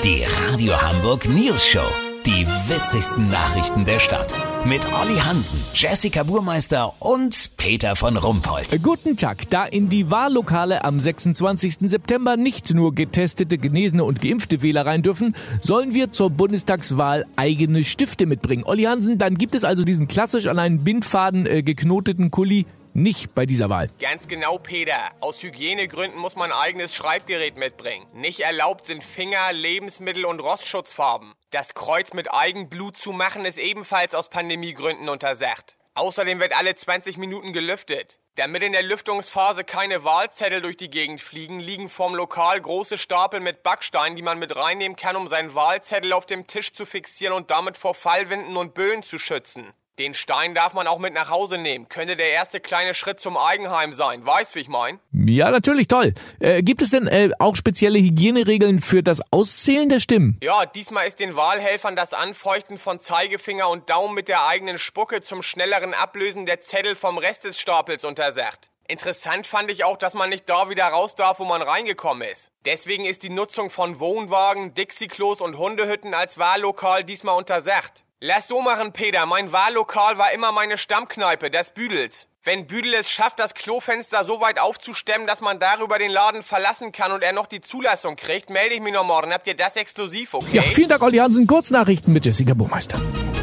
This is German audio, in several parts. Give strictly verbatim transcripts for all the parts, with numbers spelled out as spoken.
Die Radio Hamburg News Show. Die witzigsten Nachrichten der Stadt. Mit Olli Hansen, Jessica Burmeister und Peter von Rumpold. Guten Tag. Da in die Wahllokale am sechsundzwanzigsten September nicht nur getestete, genesene und geimpfte Wähler rein dürfen, sollen wir zur Bundestagswahl eigene Stifte mitbringen. Olli Hansen, dann gibt es also diesen klassisch an einen Bindfaden äh, geknoteten Kuli nicht bei dieser Wahl. Ganz genau, Peter. Aus Hygienegründen muss man ein eigenes Schreibgerät mitbringen. Nicht erlaubt sind Finger-, Lebensmittel- und Rostschutzfarben. Das Kreuz mit Eigenblut zu machen ist ebenfalls aus Pandemiegründen untersagt. Außerdem wird alle zwanzig Minuten gelüftet. Damit in der Lüftungsphase keine Wahlzettel durch die Gegend fliegen, liegen vorm Lokal große Stapel mit Backsteinen, die man mit reinnehmen kann, um seinen Wahlzettel auf dem Tisch zu fixieren und damit vor Fallwinden und Böen zu schützen. Den Stein darf man auch mit nach Hause nehmen. Könnte der erste kleine Schritt zum Eigenheim sein. Weißt, wie ich mein? Ja, natürlich, toll. Äh, gibt es denn äh, auch spezielle Hygieneregeln für das Auszählen der Stimmen? Ja, diesmal ist den Wahlhelfern das Anfeuchten von Zeigefinger und Daumen mit der eigenen Spucke zum schnelleren Ablösen der Zettel vom Rest des Stapels untersagt. Interessant fand ich auch, dass man nicht da wieder raus darf, wo man reingekommen ist. Deswegen ist die Nutzung von Wohnwagen, Dixie-Klos und Hundehütten als Wahllokal diesmal untersagt. Lass so machen, Peter. Mein Wahllokal war immer meine Stammkneipe, das Büdels. Wenn Büdel es schafft, das Klofenster so weit aufzustemmen, dass man darüber den Laden verlassen kann und er noch die Zulassung kriegt, melde ich mich noch morgen. Habt ihr das exklusiv, okay? Ja, vielen Dank, Olli Hansen. Kurznachrichten mit Jessica Burmeister.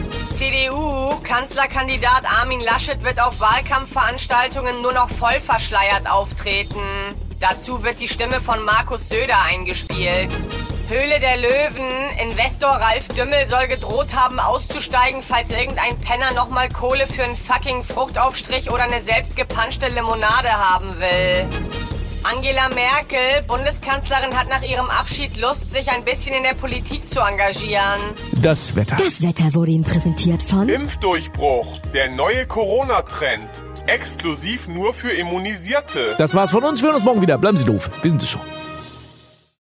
C D U-Kanzlerkandidat Armin Laschet wird auf Wahlkampfveranstaltungen nur noch voll verschleiert auftreten. Dazu wird die Stimme von Markus Söder eingespielt. Höhle der Löwen. Investor Ralf Dümmel soll gedroht haben, auszusteigen, falls irgendein Penner nochmal Kohle für einen fucking Fruchtaufstrich oder eine selbstgepanschte Limonade haben will. Angela Merkel, Bundeskanzlerin, hat nach ihrem Abschied Lust, sich ein bisschen in der Politik zu engagieren. Das Wetter. Das Wetter wurde Ihnen präsentiert von Impfdurchbruch, der neue Corona-Trend. Exklusiv nur für Immunisierte. Das war's von uns. Wir hören uns morgen wieder. Bleiben Sie doof. Wir sind es schon.